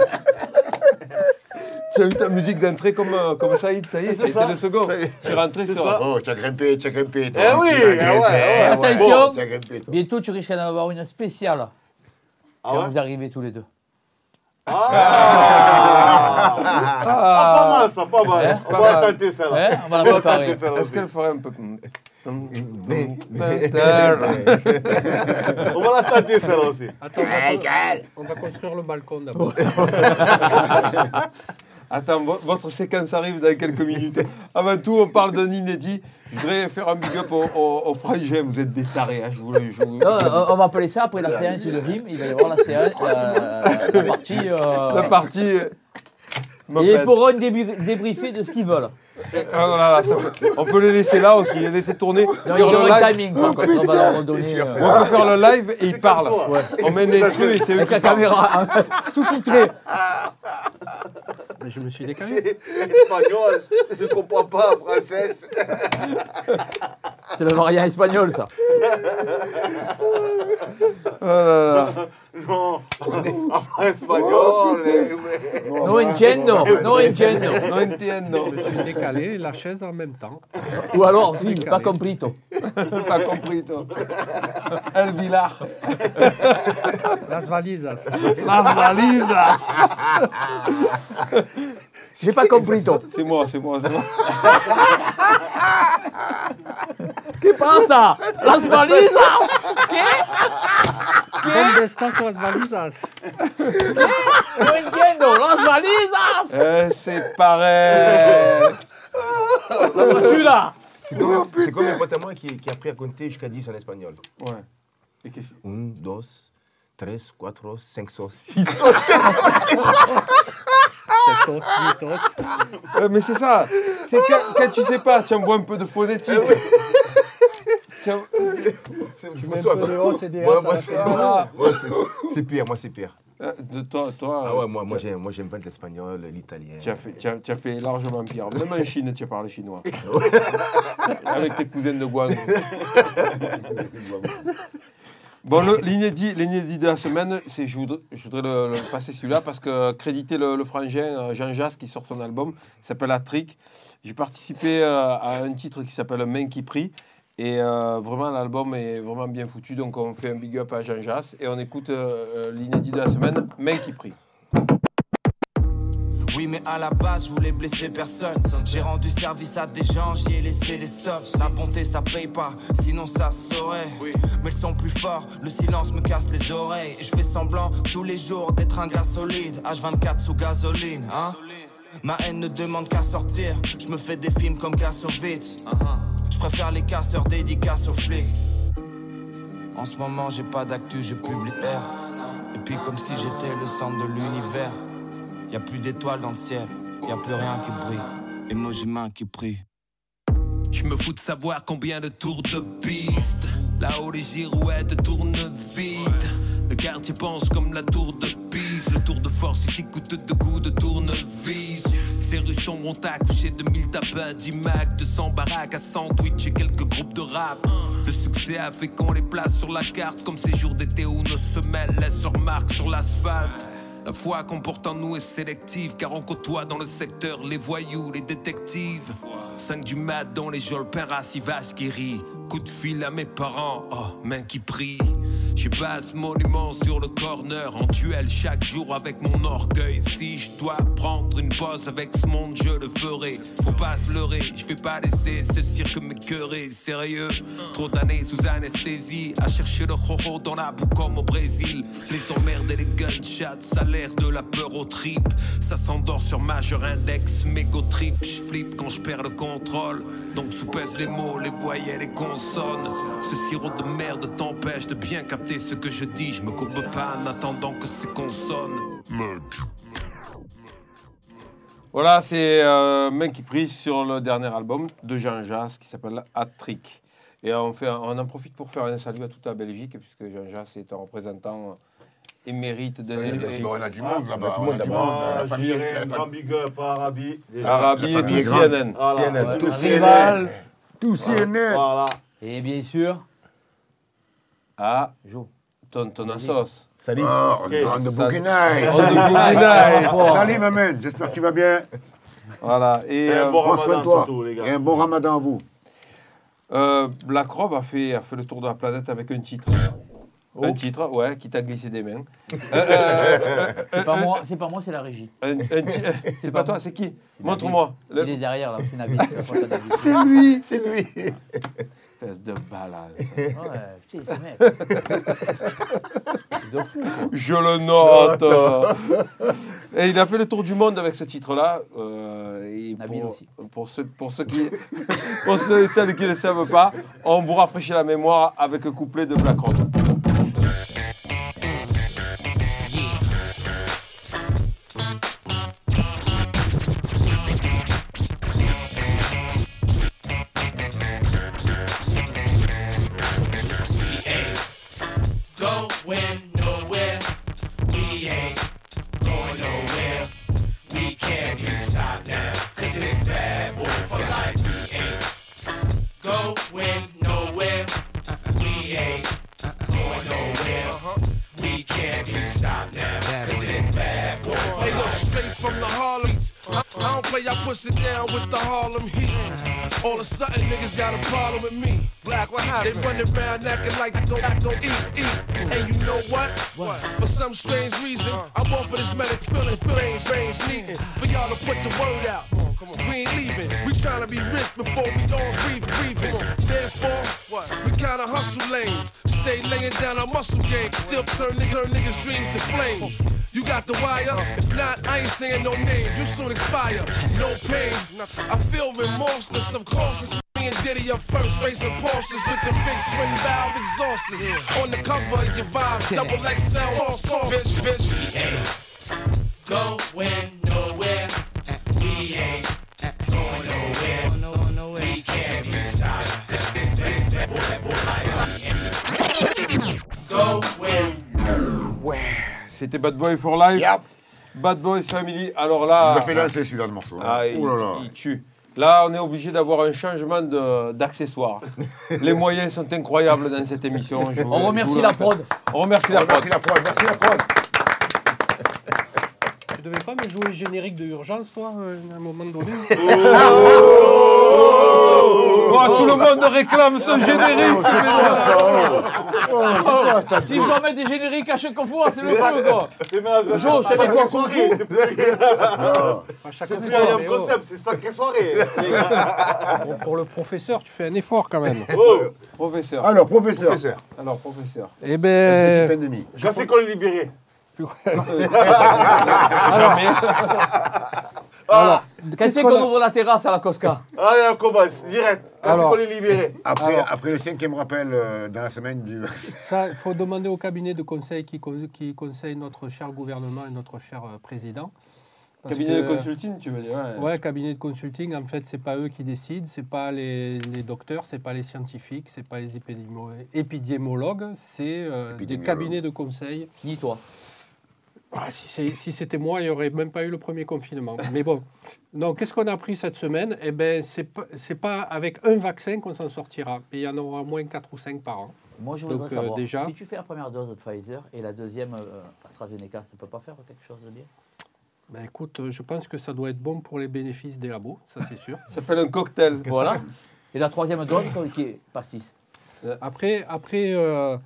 tu as eu ta musique d'entrée comme, euh, comme Saïd, ça y est, c'était le second. Tu es rentré sur... ça. Oh, tu as grimpé, tu as grimpé. toi. Eh oui, Tu as eh grimpé. ouais, ouais. Attention. Tu as grimpé, toi. Bientôt tu risques d'en avoir une spéciale quand ouais vous arrivez tous les deux. Ah, pas mal ça, pas mal. Hein, On pas va mal. la tenter celle-là. Hein, on va la On va préparer. tenter celle-là Est-ce aussi. qu'elle ferait un peu... On va la tenter celle-là aussi. Attends, on va, con- on va construire le balcon d'abord. Attends, vo- votre séquence arrive dans quelques minutes. Avant tout, on parle d'un inédit. Je voudrais faire un big up aux, aux, aux frangins. Vous êtes des tarés, hein, je vous le je vous- Non, on on va appeler ça après la séance de rime, il va y avoir la séance, la, la partie. euh, La partie... euh, et Muppet. ils pourront débri- débriefer de ce qu'ils veulent. Ah, voilà, ça peut- on peut les laisser là aussi, les laisser tourner. Non, Faire ils le auront le live. timing, par contre, on va leur redonner. Ou euh, on peut faire le live et ils parlent. On met des trucs et c'est eux avec qui la parlent. caméra hein, sous-titrée. Mais je me suis décalé. Espagnol, je ne comprends pas, français. C'est le variant espagnol, ça. Oh là là. Non, en espagnol. eh, No entiendo, no entiendo. Non entiendo. Je me suis décalé et la chaise en même temps. Ou alors, film, pas comprito. Pas compris, toi. El Villar. Las valisas. Las valisas. J'ai pas comprito. C'est moi, c'est moi, c'est moi. ¿Qué pasa? Las valisas. ¿Dónde estás las valisas? No entiendo, las valisas. Eh, c'est pareil. La voiture. C'est comme, c'est comme un pote à moi qui, qui a appris à compter jusqu'à dix en espagnol. Ouais. Et qu'est-ce- Un, dos, tres, cuatro, cinco, six. Setos, huitos. Euh, mais c'est ça. C'est quand, quand tu sais pas, tu envoies un peu de phonétique. Tu en- Tu mets un peu de haut, c'est des Moi, as à moi, la c'est, fin. Voilà. moi, c'est, c'est pire, moi c'est pire. Euh, De toi, toi. Ah ouais, moi, tu moi, as- j'aime, moi j'aime pas l'espagnol, l'italien. Tu as, fait, tu, as, tu as fait largement pire. Même en Chine, tu as parlé chinois. Avec tes cousines de Guangzhou. Bon, le- l'inédit, l'inédit de la semaine, c'est, je voudrais, je voudrais le, le passer celui-là parce que créditer le, le frangin euh, Jean Jass qui sort son album, il s'appelle La Trick. J'ai participé euh, à un titre qui s'appelle Main qui prie. Et euh, vraiment, l'album est vraiment bien foutu. Donc, on fait un big up à Jean Jass et on écoute euh, l'inédit de la semaine, Main qui prie. Oui mais à la base je voulais blesser personne. J'ai rendu service à des gens, j'y ai laissé des stocks. La bonté ça paye pas, sinon ça se saurait. Mais le son plus fort, le silence me casse les oreilles. Et je fais semblant tous les jours d'être un gars solide. H vingt-quatre sous gasoline, hein. Ma haine ne demande qu'à sortir. Je me fais des films comme Kassovitz. Je préfère les casseurs dédicaces aux flics. En ce moment j'ai pas d'actu, je publie R. Et puis comme si j'étais le centre de l'univers. Y'a plus d'étoiles dans le ciel, y'a plus rien qui brille. Et moi j'ai main qui prie. Je me fous de savoir combien de tours de piste. Là-haut les girouettes tournent vite. Le quartier pense comme la tour de Pise. Le tour de force ici coûte deux coups de tournevis. Ces rues sombres ont accouché de mille tapins d'imac, deux cents baraques à sandwich et quelques groupes de rap. Le succès a fait qu'on les place sur la carte, comme ces jours d'été où nos semelles laissent leur marque sur l'asphalte. La foi qu'on porte en nous est sélective, car on côtoie dans le secteur les voyous, les détectives. cinq du mat dans les geôles, père assis, vache qui rit. Coup de fil à mes parents, oh, main qui prie. J'ai pas ce monument sur le corner, en duel chaque jour avec mon orgueil. Si je dois prendre une pause avec ce monde, je le ferai. Faut pas se leurrer, je vais pas laisser ce cirque m'écœurer. Sérieux, trop d'années sous anesthésie, à chercher le roro dans la boue comme au Brésil. Les emmerdes et les gunshots, ça a l'air de la peur aux tripes. Ça s'endort sur majeur index, mégo trip. Je flippe quand je perds le contrôle, donc sous-pèse les mots, les voyelles, les consonnes. Ce sirop de merde t'empêche de bien capter ce que je dis. Je me courbe pas en attendant que c'est consonne. Voilà, c'est euh, Main qui prie sur le dernier album de Jean Jass qui s'appelle Hat-Trick. Et on, fait, on en profite pour faire un salut à toute la Belgique, puisque Jean Jass est un représentant émérite de... On a du monde là-bas. Tout le monde là-bas. La famille, Un grand big up à Arabi. Arabi et tout C N N. Voilà. C N N. Tout Rival. Tout C N N. Voilà. Et bien sûr, Ah, Jo. Tonton à sauce. Salut. Oh, on est on the boogie night. On the boogie night. Salut, ma man. J'espère que tu vas bien. Voilà. Et Et un euh, bon Prends soin ramadan de toi. surtout, les gars. Et un bon ramadan à vous. euh, Black Rob a fait, a fait le tour de la planète avec un titre. Un titre, ouais, qui t'a glissé des mains. Euh, euh, C'est pas moi, c'est pas moi, c'est la régie. un- un ti- c'est pas toi, c'est qui? Montre-moi. Il est Le... derrière là, c'est Nabil. C'est la faute à Nabil. C'est lui, c'est lui. Espèce de balade. Ouais, putain, c'est mec. C'est de fou. Quoi. Je le note. Et il a fait le tour du monde avec ce titre-là. Euh, et Nabil pour, aussi. Pour ceux, pour ceux qui, pour ceux et celles qui ne le savent pas, on vous rafraîchit la mémoire avec le couplet de Black Rob. Going nowhere, we ain't going nowhere. We can't be stopped now, cause it's bad boy for life. We ain't going nowhere, we ain't going nowhere. We can't be stopped now, cause it's bad boy for Hey, yo, life. straight from the Harlem. I, I don't play, I push it down with the Harlem heat. All of a sudden, niggas got a problem with me. Black, what happened? They running around acting like they go, go eat, eat. And you know what? What? For some strange reason, I want for this medic feeling, feeling strange, needing. For y'all to put the word out. Come on, we ain't leaving. We tryna be rich before we all breathe, breathing. Therefore, what? We kinda hustle lanes. Stay laying down our muscle game. Still turn, turn niggas' dreams to flames. You got the wire? If not, I ain't saying no names. You soon expire. No pain. I feel remorseless, of course. It's me and Diddy up first, racing Porsches with the big twin valve exhausters. On the cover of your vibe, double X L, all soft. Bitch, bitch. We ain't going nowhere. We ain't going nowhere. We can't be stopped. Cause it's bad boy, boy, life. Going Ouais, c'était Bad Boy for Life. Yep. Bad Boy Family. Alors là. Il nous a fait lancer celui-là, le morceau. hein. Ah, il, Ouh là là. il tue. Là, on est obligé d'avoir un changement de- d'accessoires. Les moyens sont incroyables dans cette émission. Je vous- On je vous remercie le la répète. prod. On remercie la prod. Merci la prod, merci la prod. Tu devais pas me jouer le générique de Urgence, toi, euh, à un moment donné? Oh, tout le monde réclame ce générique. Si je dois mettre des génériques à chaque fois, c'est le feu quoi. Jo, je fais quoi Kung Fu? À chaque C'est plus fois, un mais oh. concept, c'est sacrée soirée. Pour, pour le professeur, tu fais un effort quand même. Oh, Professeur. Alors, professeur. Professeur. Alors, professeur. Eh Petit ben, peine de mie. je sais qu'on est libéré. Jamais. alors, Quand c'est qu'on ouvre la terrasse à la Cosca? Allez, on commence, direct. Je sais Alors. qu'on est libéré. Après, Alors. après le cinquième rappel euh, dans la semaine du. ça, il faut demander au cabinet de conseil qui, con- qui conseille notre cher gouvernement et notre cher euh, président. Parce Cabinet que- de consulting, tu veux dire ouais. Ouais, cabinet de consulting, en fait, c'est pas eux qui décident, c'est pas les, les docteurs, c'est pas les scientifiques, c'est pas les épidémio- épidémiologues, c'est euh, des Épidémiologues. cabinets de conseil. Ni toi. Ah, si c'est- si c'était moi, il n'y aurait même pas eu le premier confinement. Mais bon, donc qu'est-ce qu'on a appris cette semaine? Eh bien, c'est pas, c'est pas avec un vaccin qu'on s'en sortira, mais il y en aura au moins quatre ou cinq par an. Moi, je Donc, voudrais euh, savoir, déjà- si tu fais la première dose de Pfizer et la deuxième euh, AstraZeneca, ça peut pas faire quelque chose de bien? Ben écoute, euh, je pense que ça doit être bon pour les bénéfices des labos, ça c'est sûr. Ça s'appelle un cocktail. Voilà. Et la troisième dose, qui est pas six. Après, après euh,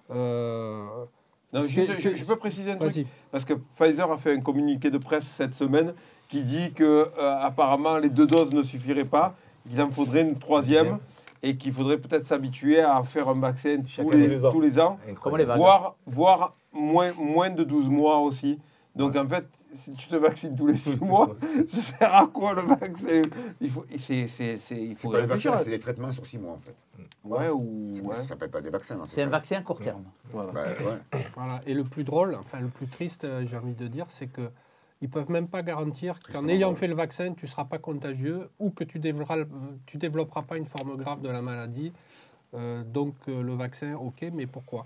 euh, Non, j'ai- je, je- je peux préciser un truc vas-y. parce que Pfizer a fait un communiqué de presse cette semaine qui dit que euh, apparemment les deux doses ne suffiraient pas, qu'il en faudrait une troisième et qu'il faudrait peut-être s'habituer à faire un vaccin tous Chaque les, année, les ans. tous les ans, Comment les vagues? voire, voire moins, moins de douze mois aussi. Donc en fait, si tu te vaccines tous les six mois, ça sert à quoi le vaccin? Il faut, c'est, c'est, c'est, il C'est faut pas les réfléchir. vaccins, c'est les traitements sur six mois en fait. Ouais, ou... C'est- ouais. Ça s'appelle pas des vaccins. hein, C'est un pas- vaccin à court terme. Voilà. Bah, ouais. Voilà. Et le plus drôle, enfin le plus triste, euh, j'ai envie de dire, c'est que ils peuvent même pas garantir qu'en Tristement ayant drôle. fait le vaccin, tu seras pas contagieux ou que tu développeras, tu développeras pas une forme grave de la maladie. Euh, donc euh, le vaccin, ok, mais pourquoi?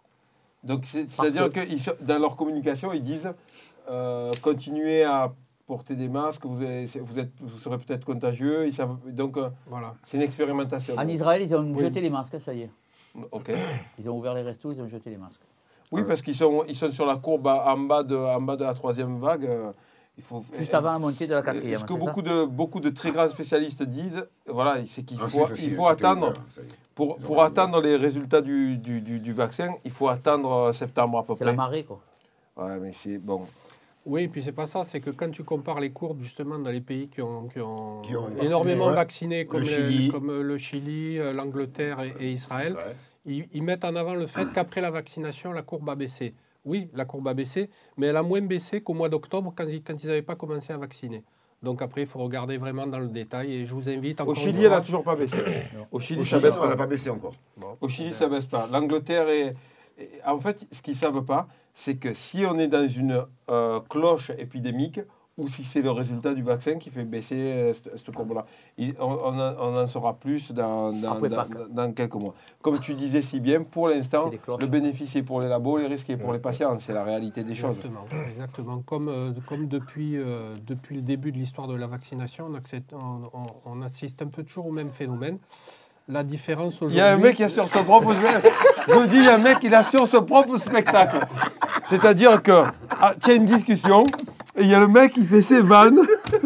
Donc, c'est- Parce c'est-à-dire que- que ils sont- dans leur communication, ils disent euh, continuez à porter des masques, vous, avez- vous, êtes, vous serez peut-être contagieux. Ils savent, donc, euh, Voilà. c'est une expérimentation. En Israël, ils ont Oui. jeté les masques, ça y est. Ok. Ils ont ouvert les restos, ils ont jeté les masques. Oui, parce qu'ils sont, ils sont sur la courbe à- en bas de, en bas de la troisième vague. euh, il faut, Juste avant la montée de la quatrième, Ce que c'est ça? beaucoup de, beaucoup de très grands spécialistes disent, voilà, c'est qu'il En faut, Suisse aussi, il hein, faut tout est attendre, ouvert, ça y est. pour, Ils ont pour ouvert. attendre les résultats du, du, du, du vaccin, il faut attendre euh, septembre à peu C'est près. la marée, quoi. Ouais, mais c'est bon. Oui, et puis c'est pas ça, c'est que quand tu compares les courbes justement dans les pays qui ont, qui ont, Qui ont énormément vacciné, vacciné, ouais. comme Le le, Chili. comme euh, le Chili, euh, l'Angleterre et, et Israël, Israël. ils, ils mettent en avant le fait qu'après la vaccination, la courbe a baissé. Oui, la courbe a baissé, mais elle a moins baissé qu'au mois d'octobre quand ils quand ils n'avaient pas commencé à vacciner. Donc après, il faut regarder vraiment dans le détail et je vous invite encore Au Chili, une elle fois- n'a toujours pas baissé. Au Chili, Au ça Chili, baisse on pas. n'a pas baissé encore. Au Chili, ça baisse pas. L'Angleterre est. est- En fait, ce qu'ils ne savent pas, c'est que si on est dans une euh, cloche épidémique, ou si c'est le résultat du vaccin qui fait baisser euh, cette, cette courbe-là. Il- On, on en- on en saura plus dans, dans, Après dans- Pâques. dans quelques mois. Comme tu disais si bien, pour l'instant, C'est des cloches. le bénéfice est pour les labos, les risques est pour les patients. C'est la réalité des choses. Exactement, exactement. Comme, euh, comme depuis, euh, depuis le début de l'histoire de la vaccination, on, accepte- on- on- on assiste un peu toujours au même phénomène. La différence Il aujourd'hui... y a un mec qui assure son propre spectacle. Je vous dis, il y a un mec qui assure son propre spectacle. C'est-à-dire que, ah, tu as une discussion, et il y a le mec qui fait ses vannes,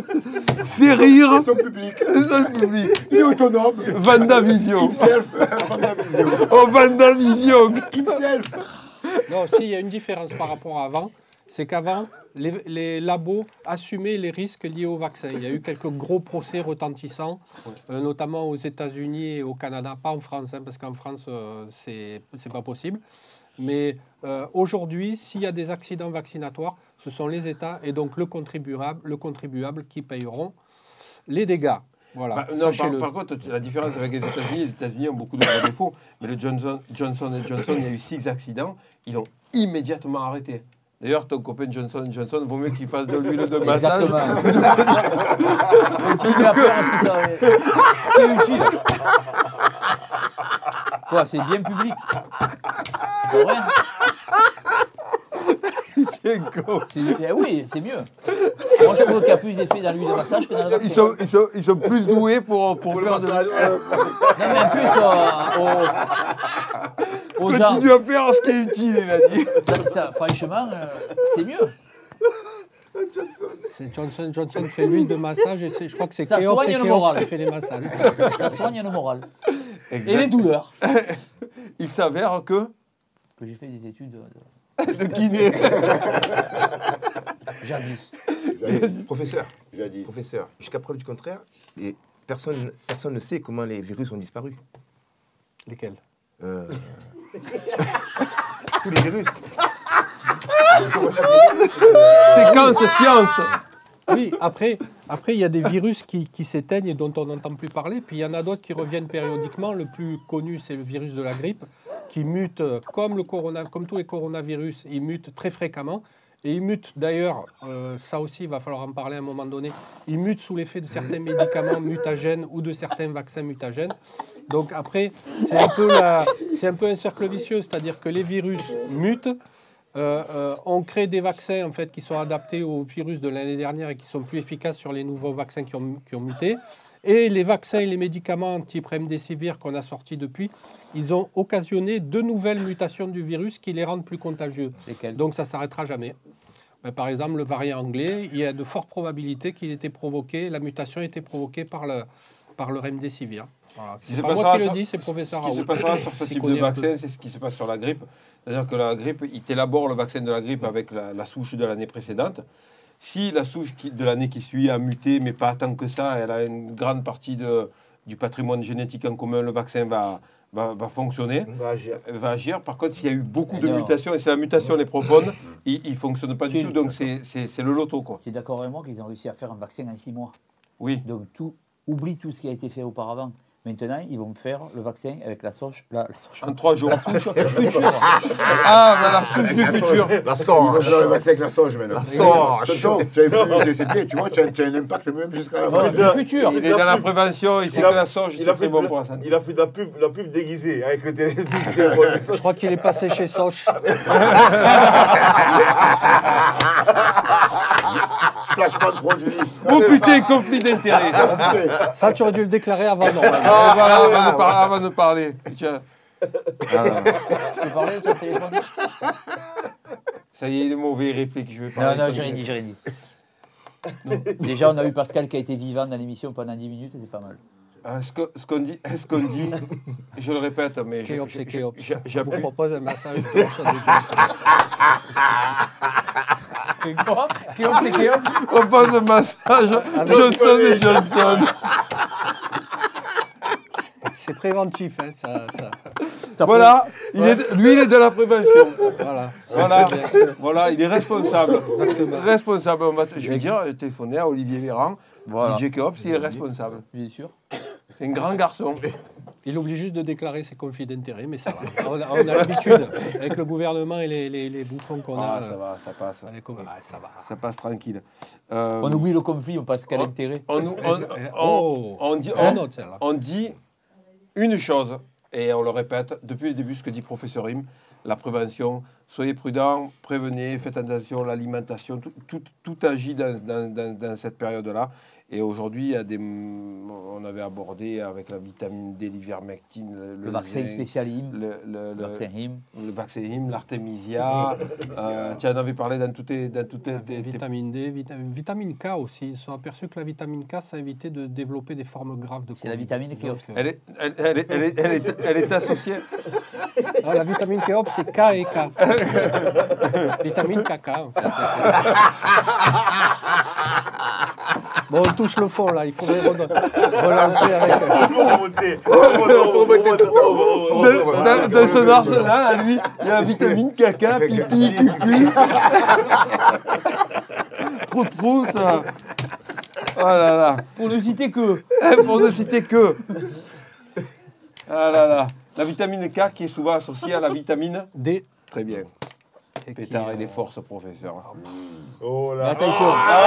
ses rires, Son public, son public. il est autonome. Vandavision. Himself. Vandavision. Oh, Vandavision. Himself. Non, si, il y a une différence par rapport à avant. C'est qu'avant, les, les labos assumaient les risques liés au vaccin. Il y a eu quelques gros procès retentissants, euh, notamment aux États-Unis et au Canada, pas en France, hein, parce qu'en France, euh, c'est c'est pas possible. Mais euh, aujourd'hui, s'il y a des accidents vaccinatoires, ce sont les États et donc le contribuable, le contribuable qui payeront les dégâts. Voilà, Bah, non, par, sachez-le. par contre, la différence avec les États-Unis, les États-Unis ont beaucoup de gros défauts, mais le Johnson, Johnson Johnson, il y a eu six accidents, ils l'ont immédiatement arrêté. D'ailleurs, ton copain Johnson Johnson, vaut mieux qu'il fasse de l'huile de massage. Exactement. Continue à faire ce que ça c'est utile. Quoi, c'est bien public. C'est pas vrai. C'est con. C'est- eh oui, c'est mieux. Moi, je trouve qu'il y a plus d'effet dans l'huile de massage que dans le vaccin. Ils sont, ils, sont, ils sont plus doués pour, pour, faire de... Non, mais en plus, euh, aux, aux gens, Continue à faire ce qui est utile, il a dit. ça- ça, franchement, euh, c'est mieux. C'est Johnson Johnson fait l'huile de massage et c'est- je crois que c'est Ça Keops soigne et le Keops moral. qui fait les massages. Ça soigne le moral. Et Exact. les douleurs. Il s'avère que... Que j'ai fait des études de, De kiné. jadis. Professeur, Jadis. professeur, jusqu'à preuve du contraire, et personne, personne ne sait comment les virus ont disparu. Lesquels? Euh, Tous les virus. Séquence science. Oui, après, après, il y a des virus qui, qui s'éteignent et dont on n'entend plus parler. Puis il y en a d'autres qui reviennent périodiquement. Le plus connu, c'est le virus de la grippe, qui mute euh, comme, le corona, comme tous les coronavirus, il mute très fréquemment. Et ils mutent d'ailleurs, euh, ça aussi, il va falloir en parler à un moment donné, ils mutent sous l'effet de certains médicaments mutagènes ou de certains vaccins mutagènes. Donc après, c'est un peu, la, c'est un peu un cercle vicieux, c'est-à-dire que les virus mutent. Euh, euh, on crée des vaccins en fait, qui sont adaptés aux virus de l'année dernière et qui sont plus efficaces sur les nouveaux vaccins qui ont, qui ont muté. Et les vaccins et les médicaments type remdesivir qu'on a sortis depuis, ils ont occasionné de nouvelles mutations du virus qui les rendent plus contagieux. Lesquelles ? Donc ça ne s'arrêtera jamais. Ben, par exemple, le variant anglais, il y a de fortes probabilités qu'il était provoqué, la mutation a été provoquée par le, par le remdesivir. Voilà. Ce qui C'est se pas moi passera qui le sur- dis, c'est le professeur Ce qui se Raoult. passera sur ce S'y type de connaît un peu. vaccin, c'est ce qui se passe sur la grippe. C'est-à-dire que la grippe, il t'élabore le vaccin de la grippe avec la, la souche de l'année précédente. Si la souche qui- de l'année qui suit a muté, mais pas tant que ça, elle a une grande partie de, du patrimoine génétique en commun, le vaccin va, va, va fonctionner, On va agir. va agir. Par contre, s'il y a eu beaucoup Mais de non. mutations, et si la mutation est profonde, il ne fonctionne pas du Si. tout. Donc c'est c'est- c'est le loto, quoi. Tu es d'accord avec moi qu'ils ont réussi à faire un vaccin en six mois. Oui. Donc tout, oublie tout ce qui a été fait auparavant. Maintenant, ils vont faire le vaccin avec la souche, la, la souche, En trois jours. la souche future. Ah, bah, la souche du futur. La Il va sorge. faire le vaccin avec la sauge maintenant. La sorge. Tonton, tu avais fait les essais, tu vois, tu as, tu as un impact même jusqu'à la Non, fin. du futur. Il est dans la prévention, il sait Il a- que la sauge, Il a, c'est fait très bon de, pour la santé. il a fait de la pub, la pub déguisée avec le télé- le téléphone. Je crois qu'il est passé chez Soch. Placement de produit. Oh putain, conflit d'intérêts. Ça, tu aurais dû le déclarer avant, normalement. Et voilà, avant de, par- avant de parler. Tiens. Voilà. Tu peux parler de ton téléphone? Ça y est, les mauvais répliques, je vais Non, parler. non, comme j'ai rien ça. dit, j'ai rien dit. Déjà, on a eu Pascal qui a été vivant dans l'émission pendant dix minutes, c'est pas mal. Ah, ce que- ce qu'on dit, ce qu'on dit, je le répète, mais je- Kéops je- et je- Kéops. je- Je vous j'appuie. propose un massage de Johnson et Johnson. Quoi? Kéops, c'est Kéops? On passe un massage Johnson et Johnson. C'est préventif, hein, ça, ça. Voilà, il est, lui il est de la prévention. Voilà. Voilà, voilà, il est responsable. Exactement. Responsable. On va t- Je vais dire, téléphoner à Olivier Véran. Voilà. D J Keops, il est responsable. Bien sûr. C'est un grand garçon. Il oublie juste de déclarer ses conflits d'intérêts, mais ça va. On a, on a l'habitude, avec le gouvernement et les, les, les bouffons qu'on Ah, a. ça va, ça passe. Allez, comment- ah, ça va. Ça passe tranquille. Euh, On oublie le conflit, on passe qu'à on- l'intérêt. on, on, on, Oh. on dit, Un on, autre, celle-là. on dit une chose, et on le répète depuis le début, ce que dit professeur Rim, la prévention. Soyez prudents, prévenez, faites attention à l'alimentation. Tout, tout, tout agit dans, dans, dans, dans cette période-là. Et aujourd'hui, il y a des, on avait abordé avec la vitamine D, l'ivermectine, le, Le vaccin zinc, spécial I M, le, le, le le, vaccin I M. le vaccin I M, l'artémisia. euh, tu en avais parlé dans toutes tes... Dans toutes tes, tes- tes- Vitamine D, vita- vitamine K aussi. Ils se sont aperçus que la vitamine K, ça évitait de développer des formes graves de C'est la Covid. vitamine Kéops. Donc, euh, Elle est, elle, elle est, elle est, elle est, elle est associée. ah, la vitamine K, c'est K et K. Vitamine K K, en fait. Bon, on touche le fond, là. Il faudrait re- relancer avec... euh, Faut remonter. Faut remonter. Dans, dans- dans son arsenal, à lui, il y a la vitamine caca, pipi, cucu. Prout, prout. Oh là là. Pour ne citer que. Eh, pour ne citer que. Ah là là. La vitamine K qui est souvent associée à la vitamine. D. Très bien. Et qui, Pétard et euh, les forces, professeur. Oh Mais là. attention,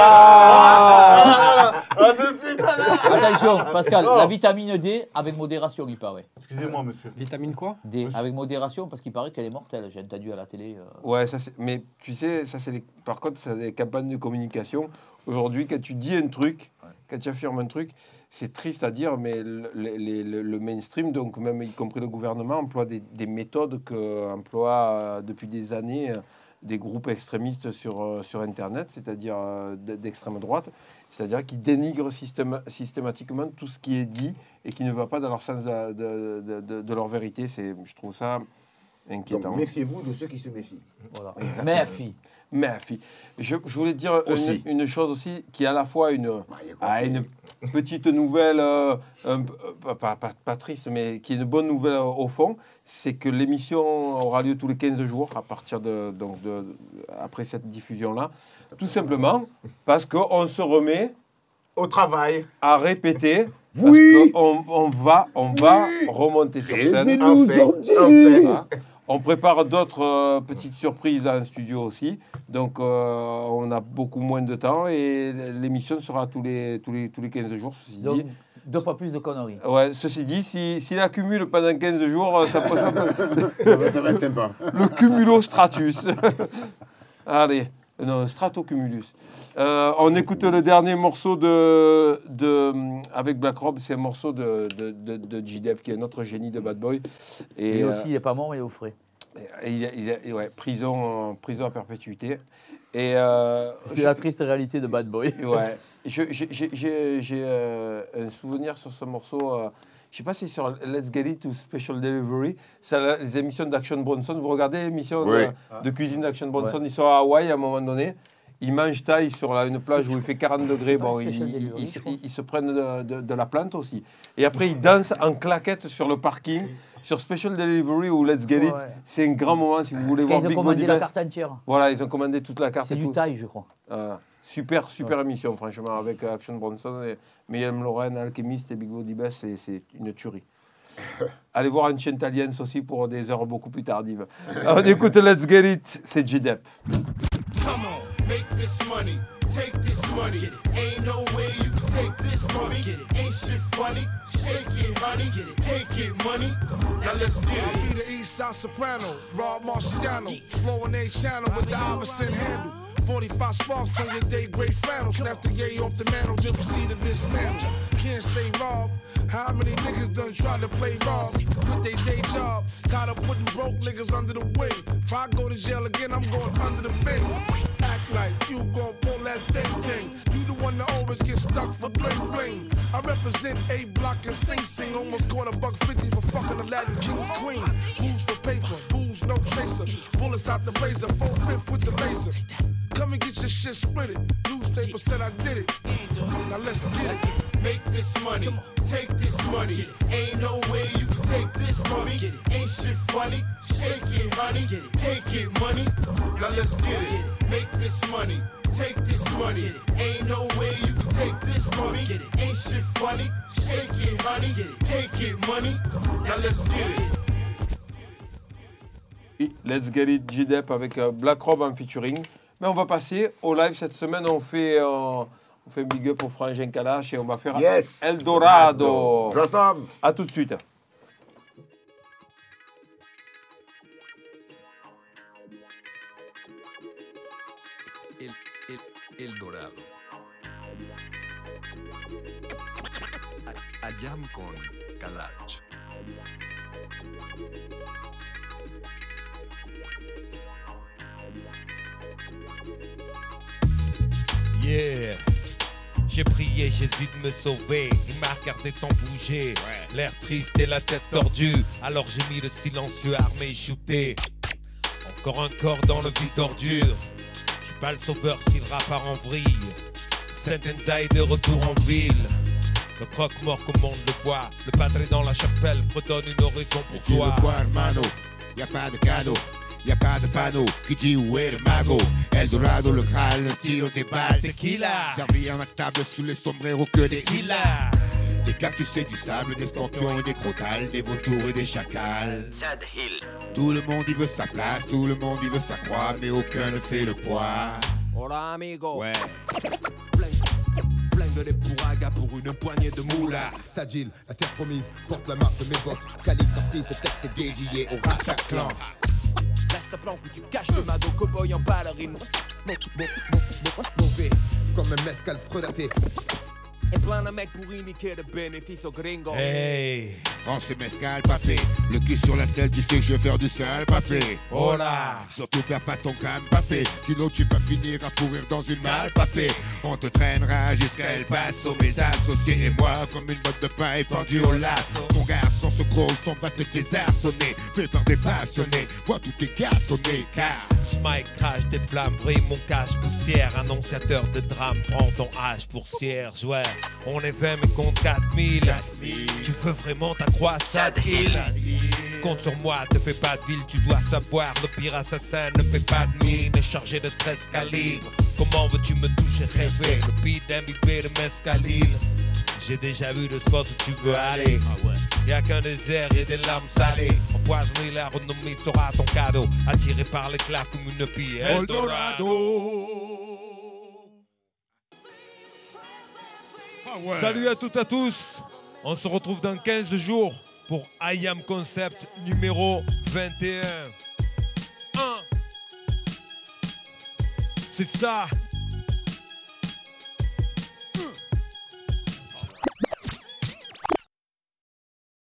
Ah, de suite. attention, Pascal, la vitamine D avec modération, il paraît. Excusez-moi, monsieur. Vitamine quoi? D avec modération, parce qu'il paraît qu'elle est mortelle. J'ai entendu à la télé. euh. Ouais, ça c'est. Mais tu sais, ça c'est. Les... Par contre, c'est des campagnes de communication. Aujourd'hui, quand tu dis un truc, quand tu affirmes un truc, c'est triste à dire, mais le, le- le- le mainstream, donc même y compris le gouvernement, emploie des, des méthodes que emploient euh, depuis des années euh, des groupes extrémistes sur, euh, sur Internet, c'est-à-dire euh, d- d'extrême droite, c'est-à-dire qui dénigrent systéma- systématiquement tout ce qui est dit et qui ne va pas dans leur sens de, de, de- de- de leur vérité. C'est, je trouve ça inquiétant. Donc méfiez-vous de ceux qui se méfient. Voilà. Mais fille. Mais fi- je, je voulais dire une, Aussi. une chose aussi qui est à la fois une, Ah, il y a quoi ah, qui- une petite nouvelle, euh, un peu- euh, pas, pas- pas- pas triste, mais qui est une bonne nouvelle euh, au fond, c'est que l'émission aura lieu tous les quinze jours à partir de, donc de, après cette diffusion-là, tout simplement parce qu'on se remet Au travail. à répéter. Oui. Parce qu'on on va, on va remonter sur scène. Taisez-nous, Enfin, ordi. Voilà. On prépare d'autres euh, petites surprises en studio aussi. Donc, euh, on a beaucoup moins de temps et l'émission sera tous les, tous les, tous les quinze jours, ceci Donc, dit. deux fois plus de conneries. Ouais, ceci dit, s'il si, si accumule pendant quinze jours, ça pose un peu... ça, va, ça va être sympa. Le cumulostratus. Allez, non, stratocumulus. Euh, on écoute le dernier morceau de, de avec Black Rob, c'est un morceau de, de, de, de J-Dep, qui est notre génie de Bad Boy. Et, et aussi, euh, il n'est pas mort, il est au frais. Et il, il, il, ouais, prison, prison à perpétuité. Et euh, c'est la triste réalité de Bad Boy. Ouais. Je, j'ai, j'ai, j'ai euh, un souvenir sur ce morceau. Euh, je ne sais pas si c'est sur Let's Get It ou Special Delivery. C'est les émissions d'Action Bronson. Vous regardez l'émission ouais. de, de cuisine d'Action Bronson. Ouais. Ils sont à Hawaï à un moment donné. Ils mangent taille sur la, une plage où il fait quarante degrés. Bon, ils, ils, ils, ils, ils se prennent de, de, de la plante aussi. Et après, ils dansent en claquette sur le parking. Sur Special Delivery ou Let's Get It, ouais. c'est un grand moment si vous voulez Parce voir Big Body Bass. Ils ont commandé la carte entière. Voilà, ils ont commandé toute la carte. C'est du taille, je crois. Euh, super, super ouais. émission, franchement, avec Action Bronson, et Mayhem Lauren, Alchemist et Big Body Bass, c'est, c'est une tuerie. Allez voir Ancient Aliens aussi pour des heures beaucoup plus tardives. On écoute Let's Get It, c'est J-Dep. Come on, make this money. Take this money, ain't no way you can take this from me. Ain't shit funny, shake it, honey, take it, money. Now let's get it. I'll be the East Side Soprano, Rob Marciano, flowing A channel with the Iverson handle. forty-five sparks turn your day great flannel. Snap the yay off the mantle, then proceed to dismantle. Can't stay robbed. How many niggas done try to play rob? Quit they day job, tired of putting broke niggas under the wing. If I go to jail again, I'm going under the bin. Act like you gon' pull that thing thing. You the one that always get stuck for bling bling. I represent A Block and Sing Sing. Almost caught a buck fifty for fucking Aladdin King's queen. Booze for paper, booze no chaser. Bullets out the blazer, four fifth with the laser. Come and get your shit split it. Newspaper said I did it. Now let's get it. Make this money, take this money. Ain't no way you can take this from me. Ain't shit funny, shake it, honey. Take it, money. Now let's get it. Make this money, take this money. Ain't no way you can take this from me. Ain't shit funny, shake it, honey. Take it, money. Now let's get it. Let's Get It, J-Dep avec Black Rob en featuring. Mais on va passer au live cette semaine. On fait, euh, on fait un big up au Frangin Kalash et on va faire yes. Eldorado. Eldorado. À tout de suite. El, el, Eldorado. A, a jam con Kalash. Yeah, j'ai prié Jésus de me sauver. Il m'a regardé sans bouger, ouais. L'air triste et la tête tordue. Alors j'ai mis le silencieux armé shooté. Encore un corps dans le vide d'ordure. J'suis pas le sauveur si le rap part en vrille. Sentenza est de retour en ville. Le croque-mort commande le bois. Le padre dans la chapelle fredonne une oraison pour tu toi. Tu quoi, hermano? Y'a pas de cadeau. Y'a pas de panneau qui dit où est le mago. Eldorado, le Graal, le stylo des balles tequila. Servi à ma table sous les sombreros que des hilas. Des cactus et du sable, des scorpions et des crotales, des vautours et des chacals. Sad Hill. Tout le monde y veut sa place, tout le monde y veut sa croix, mais aucun ne fait le poids. Hola amigo. Ouais. Plein de les bourragas pour une poignée de moula. Sagil, la terre promise, porte la marque de mes bottes. Calligraphie, ce texte est dédié au Rataclan. Lâche ta planque où tu caches le mago cowboy en ballerine. Mauvais, comme un mescal fredaté. Et plein de mecs pour indiquer le bénéfice aux gringos. Hey, prends ce mescal papé. Le cul sur la selle, tu sais que je vais faire du sale papé. Oh là. Surtout perds pas ton calme papé. Sinon tu vas finir à pourrir dans une malle papé. On te traînera jusqu'à El Paso. Mes associés et moi comme une botte de paille pendue au lasso. Mon garçon ce gros son va te désarçonner. Fait par des passionnés, vois tout est garçonné car Smike crache des flammes, vrille mon cache poussière. Annonciateur de drame, prends ton hache pour cierge, ouais. On est vingt mais compte quatre mille. Tu veux vraiment ta croix, Sad Hill? Compte sur moi, te fais pas de ville, tu dois savoir. Le pire assassin ne fait pas de mine. Chargé de treize calibres. Comment veux-tu me toucher, rêver? Le beat imbibé de mescaline. J'ai déjà vu le spot où tu veux aller. Y'a qu'un désert et des larmes salées. On empoisonner la renommée sera ton cadeau. Attiré par l'éclat comme une pie Eldorado. Ah ouais. Salut à toutes et à tous. On se retrouve dans quinze jours pour I Am Concept numéro vingt et un. un. C'est ça.